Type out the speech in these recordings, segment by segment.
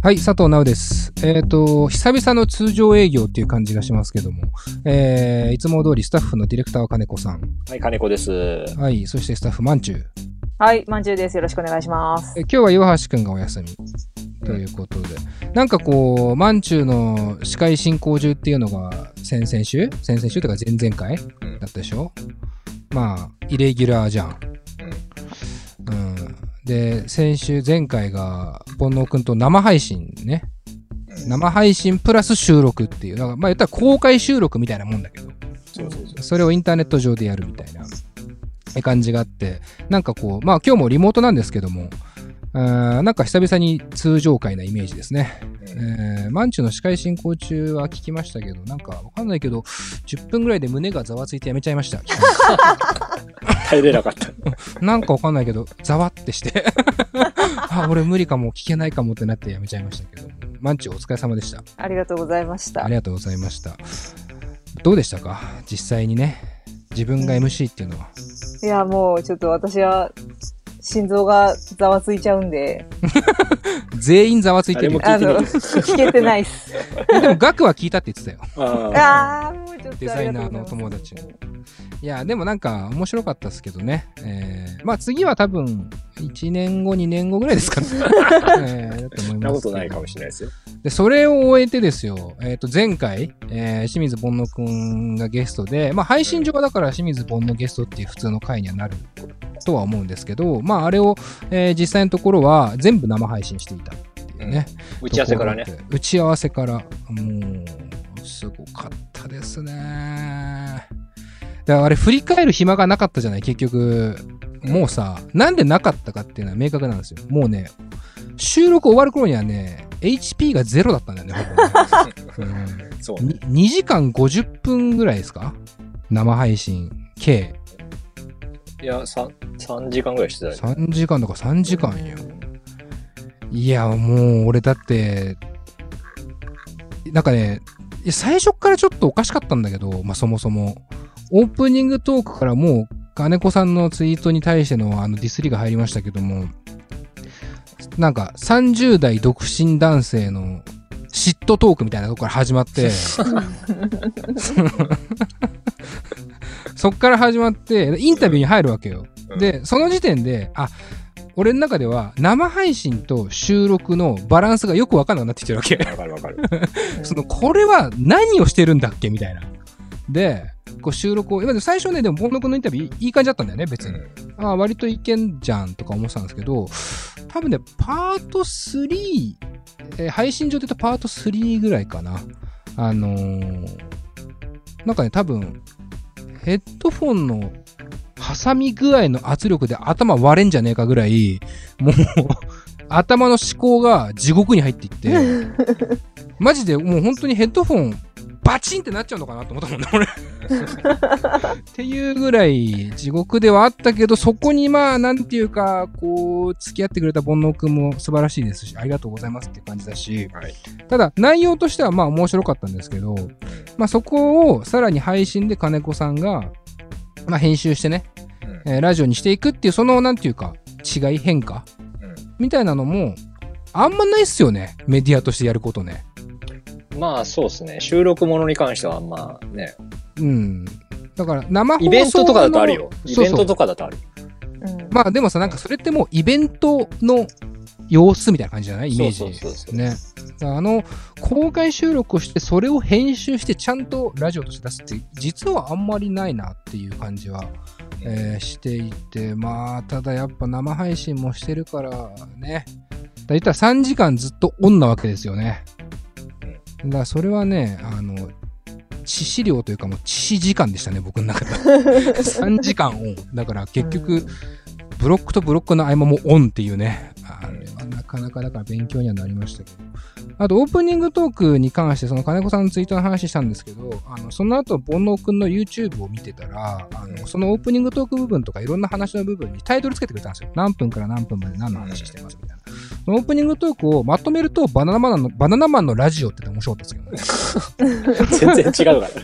はい、佐藤直です。久々の通常営業っていう感じがしますけども、いつも通りスタッフのディレクターは金子さん。 はい、金子です。 はい、そしてスタッフまんちゅう。 はい、まんじゅうです。よろしくお願いします。 今日は岩橋くんがお休みということで、なんかこうまんちゅうの司会進行中っていうのが先々週というか前々回だったでしょ。まあイレギュラーじゃん。で前回が煩悩くんと生配信ね、生配信プラス収録っていう、だからまあ言ったら公開収録みたいなもんだけど、それをインターネット上でやるみたいな感じがあって、なんかこうまあ今日もリモートなんですけども、なんか久々に通常回なイメージですね。マンチュの司会進行中は聞きましたけど、なんかわかんないけど10分ぐらいで胸がざわついてやめちゃいました。 耐えれなかった。 なんかわかんないけどざわってしてあ、俺無理かも、聞けないかもってなってやめちゃいましたけど、マンチュお疲れ様でした。 ありがとうございました。 ありがとうございました。どうでしたか、実際にね、自分が MC っていうのは。 いや、もうちょっと私は心臓がざわついちゃうんで全員ざわついてるよ。 聞けてないっすでもガクは聞いたって言ってたよ。 もうちょっとデザイナーの友達。いやでもなんか面白かったですけどね。まあ次は多分1年後2年後ぐらいですかね。だと思います。 そんなことないかもしれないですよ。 でそれを終えてですよ、前回、清水煩悩くんがゲストで、まあ配信上はだから清水煩悩ゲストっていう普通の回にはなるとは思うんですけど、まああれを、実際のところは全部生配信していたっていうね。 打ち合わせからね。 打ち合わせからもうすごかったですね。だからあれ振り返る暇がなかったじゃない結局。もうさ、なんでなかったかっていうのは明確なんですよ。もうね、収録終わる頃にはね HP が0だったんだよね、ほぼね。 そうね。 2時間50分ぐらいですか、生配信計。 いや、3時間ぐらいしてたよ。 3時間とか3時間よ。いや、もう俺だってなんかね、最初からちょっとおかしかったんだけど、まあそもそもオープニングトークからもう金子さんのツイートに対してのディスりが入りましたけども、なんか30代独身男性の嫉妬トークみたいなとこから始まってそっから始まってインタビューに入るわけよ。でその時点で俺の中では生配信と収録のバランスがよく分かんなくなってきてるわけ。 わかるこれは何をしてるんだっけみたいな。でこう収録を最初ね、でも煩悩くんのインタビューいい感じだったんだよね、別に。割といけんじゃんとか思ってたんですけど、多分ねパート3、配信上で言うとパート3ぐらいかな。なんかね、多分ヘッドフォンの挟み具合の圧力で頭割れんじゃねえかぐらい、もう頭の思考が地獄に入っていってマジでもう本当にヘッドフォンバチンってなっちゃうのかなと思ったもんね、俺っていうぐらい地獄ではあったけど、そこにまあなんていうかこう付き合ってくれた煩悩くんも素晴らしいですし、ありがとうございますっていう感じだし、ただ内容としてはまあ面白かったんですけど、まあそこをさらに配信で金子さんがまあ編集してね、ラジオにしていくっていう、そのなんていうか違い、変化みたいなのもあんまないっすよね、メディアとしてやることね。まあそうですね。収録ものに関してはまあね。 だから生放送のイベントとかだとあるよ。イベントとかだとある。 まあでもさ、なんかそれってもうイベントの様子みたいな感じじゃない？イメージ。そうね。公開収録をしてそれを編集してちゃんとラジオとして出すって実はあんまりないなっていう感じは、していて、まあただやっぱ生配信もしてるからね。だいたら3時間ずっとオンなわけですよね。だからそれはね、致死量というかもう致死時間でしたね、僕の中で3時間オンだから結局ブロックとブロックの合間もオンっていうね、あれはなかなかだから勉強にはなりましたけど、あとオープニングトークに関してその金子さんのツイートの話したんですけど、その後煩悩くんの YouTube を見てたら、そのオープニングトーク部分とかいろんな話の部分にタイトルつけてくれたんですよ。何分から何分まで何の話してますみたいな。そのオープニングトークをまとめるとバナナマンのラジオって面白かったですけどね。 全然違うから。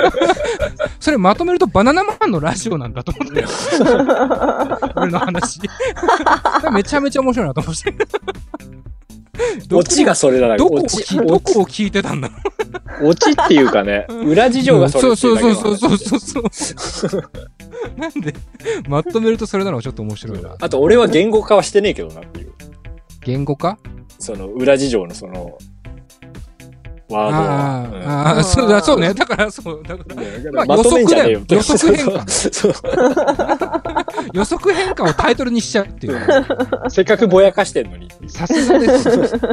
それまとめるとバナナマンのラジオなんだと思ったよ。俺の話。めちゃめちゃ面白いなと思って。 オチがそれだな。 どこを聞いてたんだオチっていうかね、裏事情がそれっていうだけの話そう。なんで、まとめるとそれなのがちょっと面白いな。 あと、俺は言語化はしてねえけどなっていう。 言語化？ その、裏事情のその、ワードは。 そうね。だから、まあ、予測だよ。予測変換。予測変換をタイトルにしちゃうっていう。 せっかくぼやかしてんのに。 さすがです。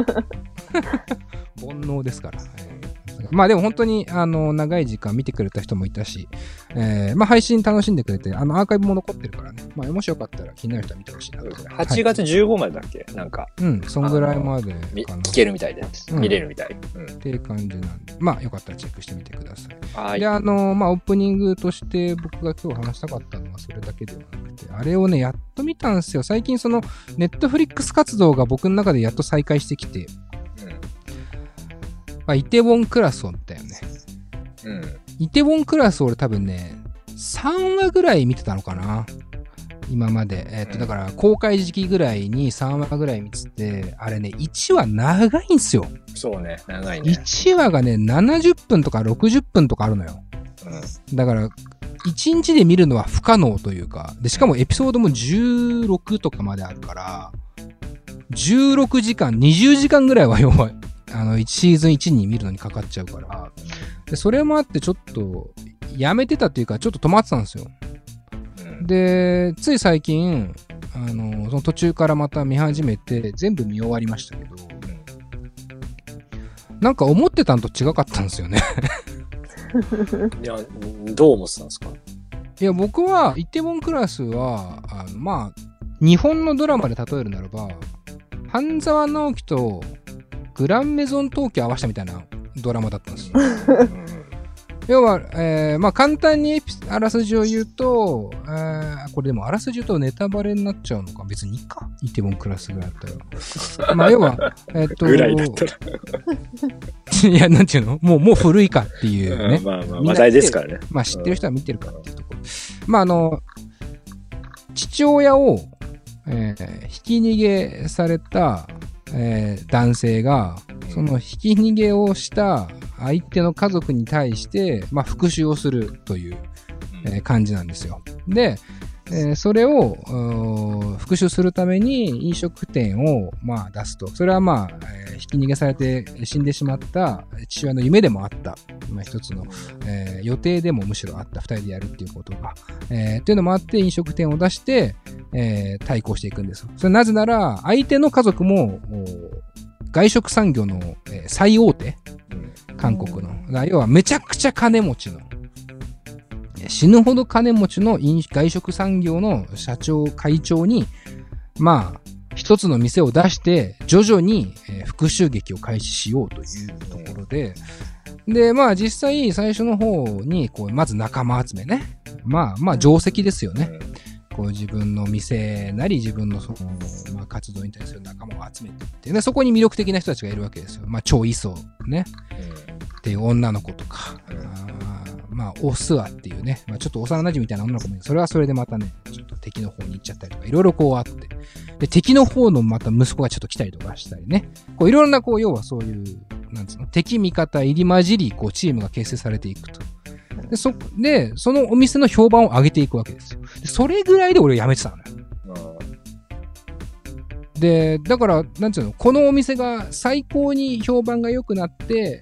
煩悩ですから。まあでも本当に長い時間見てくれた人もいたし、まあ配信楽しんでくれて、アーカイブも残ってるからね。まあもしよかったら気になる人は見てほしいなと。 8月15までだっけなんか。 うん、そんぐらいまでかな。 聞けるみたいで。見れるみたい。 っていう感じなんで、まあよかったらチェックしてみてください。 はい。 で、まあオープニングとして僕が今日話したかったのはそれだけではなくて、あれをね、やっと見たんですよ。最近その、ネットフリックス活動が僕の中でやっと再開してきて、イテウォンクラスを見たよね。イテウォンクラス俺多分ね、3話ぐらい見てたのかな今まで。だから公開時期ぐらいに3話ぐらい見てて、あれね、1話長いんすよ。 そうね、長いね。 1話がね、70分とか60分とかあるのよ。だから、1日で見るのは不可能というか、で、しかもエピソードも16とかまであるから、16時間、20時間ぐらいは要は、シーズン1に見るのにかかっちゃうから、でそれもあってちょっとやめてたっていうかちょっと止まってたんですよ。で、つい最近その途中からまた見始めて全部見終わりましたけど、なんか思ってたんと違かったんですよね。 いや、どう思ってたんですか？ いや、僕はイテウォンクラスはまあ日本のドラマで例えるならば半沢直樹とグランメゾン東京合わせたみたいなドラマだったんですよ。要は、まあ簡単にあらすじを言うと、これでもあらすじ言うとネタバレになっちゃうのか、別にいいか、イテウォンクラスぐらいだったら。まあ要は、 ぐらいだったら。 いや、なんていうのもう古いかっていうね。 まあ話題ですからね。 まあ知ってる人は見てるかっていうところ。まあ父親を、ひき逃げされた、男性がそのひき逃げをした相手の家族に対して、まあ、復讐をするという、感じなんですよ。で、それを復讐するために飲食店を、まあ、出すと。それはまあ、ひき逃げされて死んでしまった父親の夢でもあった、まあ、一つの、予定でもむしろあった、二人でやるっていうことが、っていうのもあって飲食店を出して、対抗していくんですよ。それなぜなら相手の家族も外食産業の、最大手、韓国の、要はめちゃくちゃ金持ちの死ぬほど金持ちの外食産業の社長会長にまあ一つの店を出して徐々に、復讐劇を開始しようというところで、まあ実際最初の方にこうまず仲間集めね、まあ定石ですよね。こう自分の店なり自分のその、まあ、活動に対する仲間を集めていってでそこに魅力的な人たちがいるわけですよ。まあ超イソね、っていう女の子とか、まあオスワっていうね、まあ、ちょっと幼馴染みたいな女の子もいる。それはそれでまたねちょっと敵の方に行っちゃったりとかいろいろこうあって、で敵の方のまた息子がちょっと来たりとかしたりね、こういろんなこう要はそういうなんつうの敵味方入り混じりこうチームが形成されていくと。でそのお店の評判を上げていくわけですよ。でそれぐらいで俺辞めてたのよ。でだからなんていうの、このお店が最高に評判が良くなって、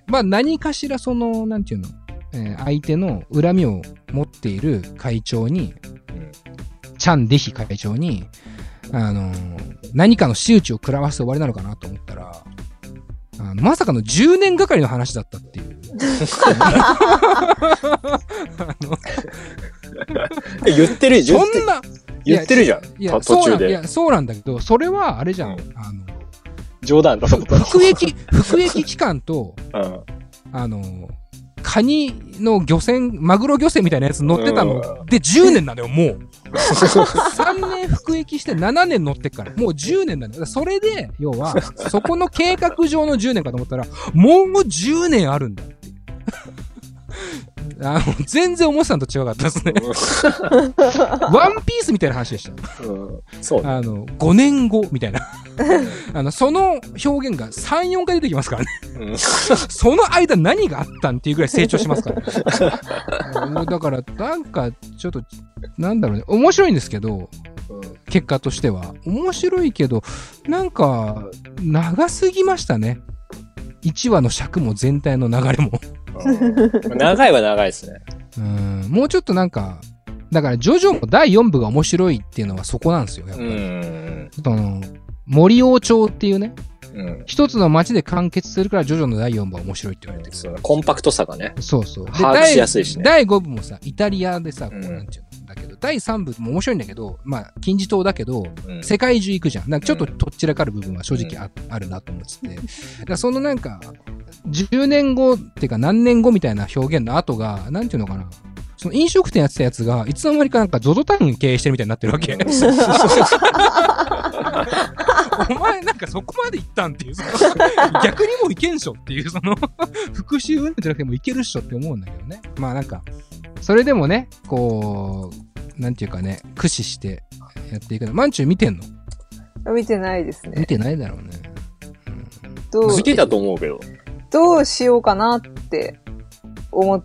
まあ何かしらそのなんていうの、相手の恨みを持っている会長に、チャン・デヒ会長に何かの仕打ちを食らわせて終わりなのかなと思ったら、まさかの10年がかりの話だったっていう。 言ってるじゃん。 そんな言ってるじゃん。 いや途中で。 いやそうなんだけど、それはあれじゃん。 冗談だと思った。 服役期間と、カニの漁船、マグロ漁船みたいなやつ乗ってたので10年なのよ、もう。3年服役して7年乗ってっから、もう10年なのよ。それで、要は、そこの計画上の10年かと思ったら、もう10年あるんだっていう。 全然思ってたのと違かったですね。ワンピースみたいな話でした。 そう。 5年後みたいな。その表現が3、4回出てきますからね。その間何があったんっていうぐらい成長しますからね。だから、なんか、ちょっと、なんだろうね。面白いんですけど、結果としては。面白いけど、なんか、長すぎましたね。1話の尺も全体の流れも。 長いは長いですね。 もうちょっとなんか、だから、ジョジョも第4部が面白いっていうのはそこなんですよ、やっぱり。森王朝っていうね、一つの街で完結するからジョジョの第4部は面白いって言われてる。 コンパクトさがね。 そうそう。 把握しやすいしね。 第5部もさ、イタリアでさ、こうなんていうのだけど、第3部も面白いんだけど、まあ、金字塔だけど、世界中行くじゃん。なんかちょっととっちらかる部分は正直あるなと思ってて。だからそのなんか、10年後っていうか何年後みたいな表現の後が、なんていうのかな。その飲食店やってたやつが、いつの間にかなんか ZOZO タウン経営してるみたいになってるわけ。お前なんかそこまで行ったんっていう、逆にもういけんしょっていう、復讐運じゃなくてもいけるっしょって思うんだけどね。まあなんか、それでもね、こう、なんていうかね、駆使してやっていくの。まんちゅう見てんの？ 見てないですね。 見てないだろうね。 見てたと思うけど。 どうしようかなって思って、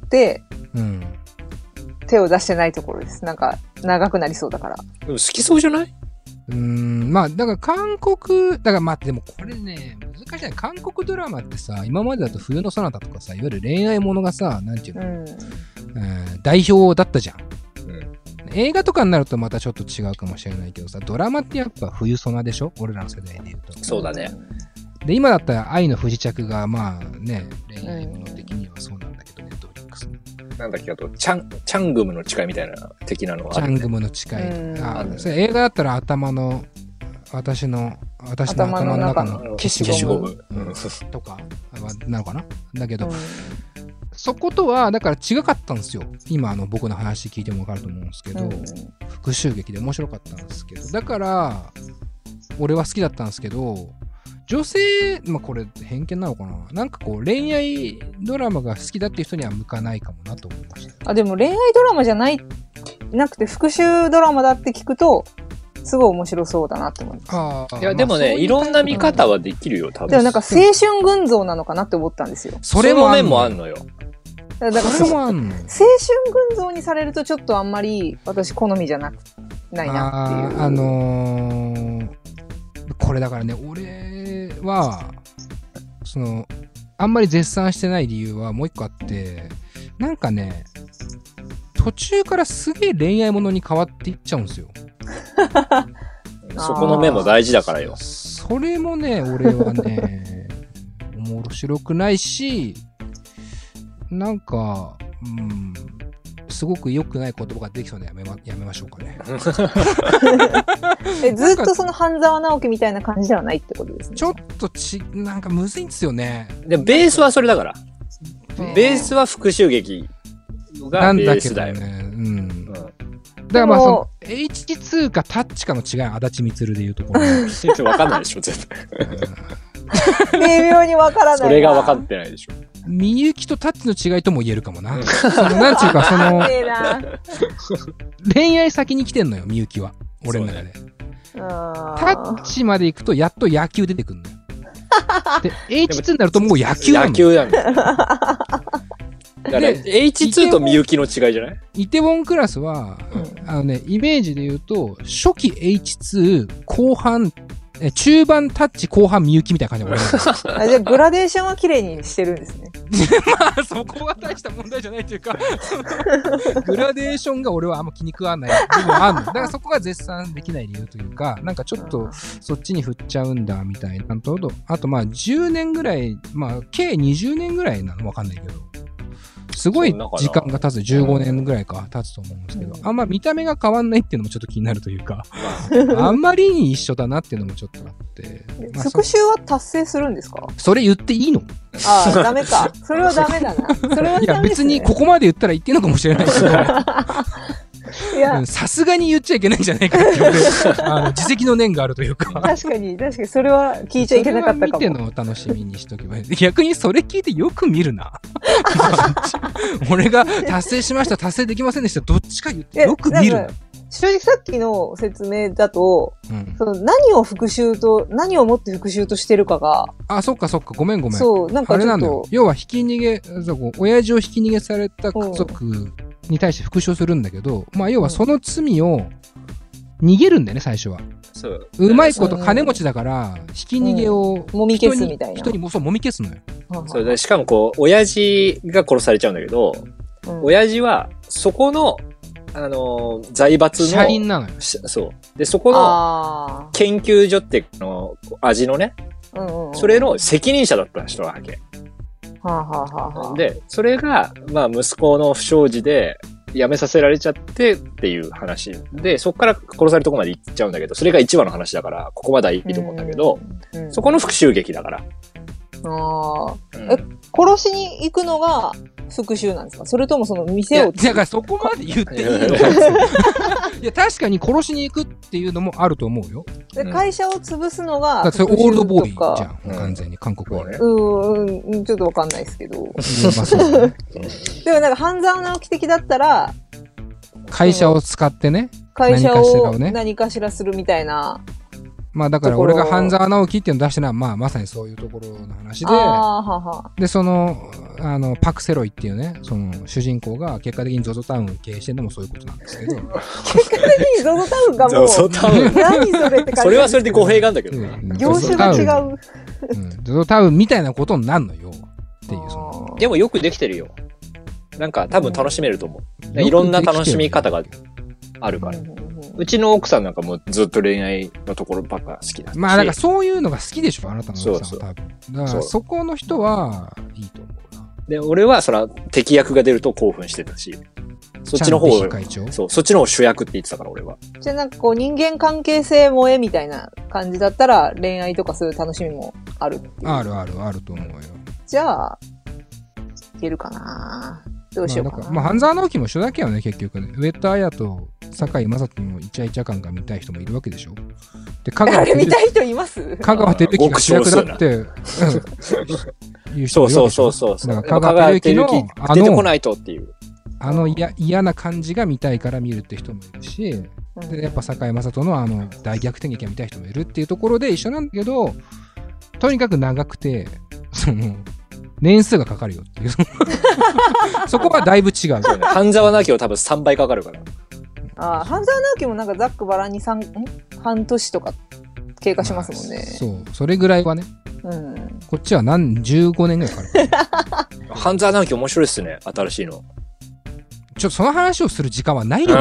手を出してないところです。なんか、長くなりそうだから。 でも好きそうじゃない？ まあ、だからだからまあ、でもこれね、難しいね。韓国ドラマってさ、今までだと冬のソナタとかさ、いわゆる恋愛ものがさ、なんていうの、代表だったじゃん。映画とかになるとまたちょっと違うかもしれないけどさ、ドラマってやっぱ冬ソナでしょ？俺らの世代で言うと。 そうだね。 で、今だったら愛の不時着が、まあね、恋愛もの的にはそうなんだけど、ネットフリックスの。 なんだっけ、あと、チャングムの誓いみたいな的なのはある、ね。 チャングムの誓い。それ映画だったら私の頭の中の消しゴムとかなのかな。だけど、そことはだから違かったんですよ。今僕の話聞いても分かると思うんですけど、復讐劇で面白かったんですけど、だから俺は好きだったんですけど、女性、まあこれ偏見なのかな、なんかこう恋愛ドラマが好きだっていう人には向かないかもなと思いました。 でも恋愛ドラマじゃなくて復讐ドラマだって聞くと、すごい面白そうだなって思います。 いや、でもね、いろんな見方はできるよ、多分。 でもなんか青春群像なのかなって思ったんですよ。 それも面もあんのよ。 だからそれもあんの。 青春群像にされるとちょっとあんまり私好みじゃないなっていう。 これだからね、俺はあんまり絶賛してない理由はもう一個あって、なんかね、途中からすげえ恋愛ものに変わっていっちゃうんですよ。 そこの目も大事だからよ。 それもね、俺はね、面白くないし、なんか、すごく良くない言葉ができそうなやめましょうかね。 ずっとその半沢直樹みたいな感じではないってことですね。 ちょっとなんかむずいんですよね。 で、ベースはそれだから。ベースは復讐劇がベースだよね。 だからまあH2 かタッチかの違い、足立光でいうところ。 わかんないでしょ、絶対。 微妙にわからない。 それが分かってないでしょ。 みゆきとタッチの違いとも言えるかもな。なんていうか、恋愛先に来てんのよ、みゆきは。俺の中で。タッチまで行くと、やっと野球出てくるのよ。で、H2 になるともう野球なの。 野球なんだよ。だから H2 とみゆきの違いじゃない？ イテウォンクラスは、イメージで言うと、初期 H2、後半、中盤タッチ、後半みゆきみたいな感じでじゃあグラデーションは綺麗にしてるんですね。 まあそこは大した問題じゃないというかグラデーションが俺はあんま気に食わない部分あるの。だからそこが絶賛できない理由というか、なんかちょっとそっちに振っちゃうんだみたいなと、あとまあ10年ぐらい、まあ計20年ぐらいなのわかんないけど、すごい時間が経つ、15年ぐらいか経つと思うんですけど、あんま見た目が変わんないっていうのもちょっと気になるというか、あんまりに一緒だなっていうのもちょっとあって。 復讐は達成するんですか？ それ言っていいの？ ダメか。それはダメだな。それはダメですね。 いや別にここまで言ったら言っていいのかもしれないけど。 さすがに言っちゃいけないんじゃないかっていう自責の念があるというか。 確かにそれは聞いちゃいけなかったかも。 それは見てのお楽しみにしとけばいい。逆にそれ聞いてよく見るな。俺が達成しました、達成できませんでした、どっちか言ってよく見るな。 正直さっきの説明だと、その何をもって復讐としてるかが。 あ、そっか。ごめん。 そう、なんかちょっと。あれなんだよ。 要は親父をひき逃げされた家族に対して復讐するんだけど、まあ要はその罪を逃げるんだよね、最初は。うまいこと金持ちだから、ひき逃げをもみ消すみたいな。 人にもみ消すのよ。 そうで、しかも親父が殺されちゃうんだけど、親父はそこの財閥の。 社員なのよ。 そう。で、そこの研究所って味のね、それの責任者だった人なわけ。で、それが、まあ、息子の不祥事で辞めさせられちゃってっていう話で、そこから殺されるとこまで行っちゃうんだけど、それが1話の話だから、ここまではいいと思うんだけど、そこの復讐劇だから。 殺しに行くのが復讐なんですか？それともその店を。 だからそこまで言っていいのいや、確かに殺しに行くっていうのもあると思うよ。 で、会社を潰すのがそれオールドボーイじゃん、完全に韓国はね。 ちょっとわかんないですけど。でもなんか半沢直樹的だったら、 会社を使ってね、 会社を何かしらするみたいな。 まあだから俺が半沢直樹っていうのを出してるのは、まあまさにそういうところの話で、で、そのパクセロイっていうね、その主人公が結果的に ZOZO タウンを経営してるのもそういうことなんですけど。 結果的に ZOZO タウンがもう、 ZOZO タウン何それって感じ。 それはそれで語弊があるんだけどね。 業種が違う。 ZOZO タウンみたいなことになるのよ。っていう、 でもよくできてるよ。なんか多分楽しめると思う。いろんな楽しみ方があるから。うちの奥さんなんかもうずっと恋愛のところばっか好きだし。 まあだからそういうのが好きでしょ、あなたの奥さんは多分。だからそこの人はいいと思うな。 で、俺はそら敵役が出ると興奮してたし、そっちの方を、そっちの方主役って言ってたから俺は。 じゃあなんかこう人間関係性萌えみたいな感じだったら恋愛とかそういう楽しみもあるっていう。 あると思うよ。 じゃあ、いけるかな。どうしようかな。 まあ半沢直樹も一緒だけどね、結局ね。上戸彩と堺雅人のイチャイチャ感が見たい人もいるわけでしょ。で、 あれ見たい人います？ 香川照之が主役だって、 そう。香川照之の出てこないとっていう。 嫌な感じが見たいから見るって人もいるし、でやっぱ堺雅人の大逆転劇が見たい人もいるっていうところで一緒なんだけど、とにかく長くて、年数がかかるよっていう。そこはだいぶ違う。 半沢直樹は多分3倍かかるから。 半沢直樹もなんかざっくばらんに半年とか経過しますもんね。 そう、それぐらいはね。こっちは15年ぐらいかかる。 半沢直樹面白いっすね、新しいの。 ちょっとその話をする時間はないよ。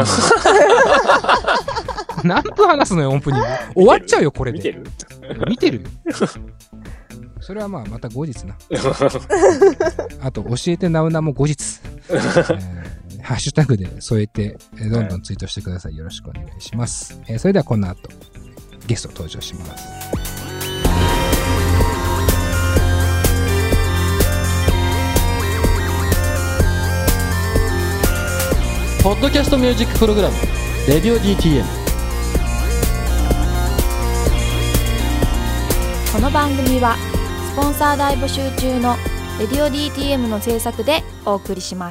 何分話すのよ、オープニング。終わっちゃうよ、これで。見てるよ。それはまた後日な。あと、教えてなうなも後日。ハッシュタグで添えて、どんどんツイートしてください。よろしくお願いします。それではこの後、ゲスト登場します。 ポッドキャストミュージックプログラム、レディオ DTM。 この番組は、スポンサー大募集中のレディオ DTM の制作でお送りします。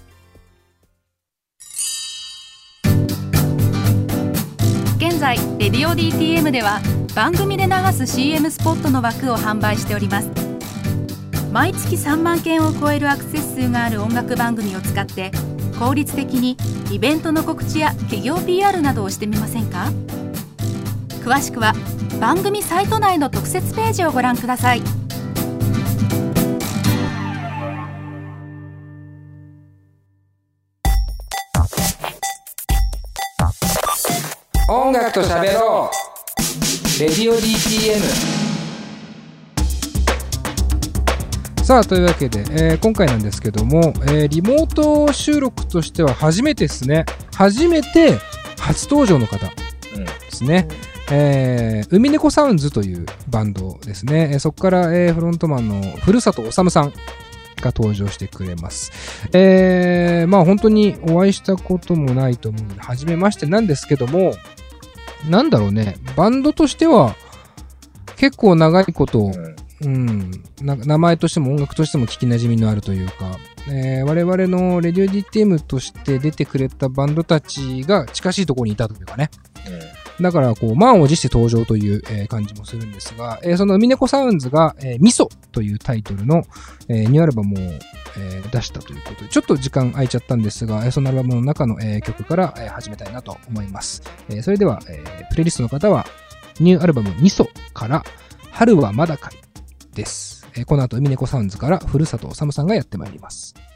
現在レディオ DTM では番組で流す CM スポットの枠を販売しております。毎月3万件を超えるアクセス数がある音楽番組を使って効率的にイベントの告知や企業 PR などをしてみませんか？詳しくは番組サイト内の特設ページをご覧ください。 音楽と喋ろう、レディオ DTM。 さあというわけで、今回なんですけども、リモート収録としては初めてですね。初めて初登場の方ですね。海猫サウンズというバンドですね。そこから、フロントマンの古里治さんが登場してくれます。まあ本当にお会いしたこともないと思うので、初めましてなんですけども、なんだろうね、バンドとしては結構長いこと、名前としても音楽としても聞き馴染みのあるというか、我々のレディオ DTM として出てくれたバンドたちが近しいところにいたというかね。だからこう満を持して登場という、感じもするんですが、その海猫サウンズが、ミソというタイトルの、ニューアルバムを、出したということで、ちょっと時間空いちゃったんですが、そのアルバムの中の、曲から、始めたいなと思います。それでは、プレイリストの方はニューアルバムミソから春はまだかいです。この後海猫サウンズから古里治さんがやってまいります。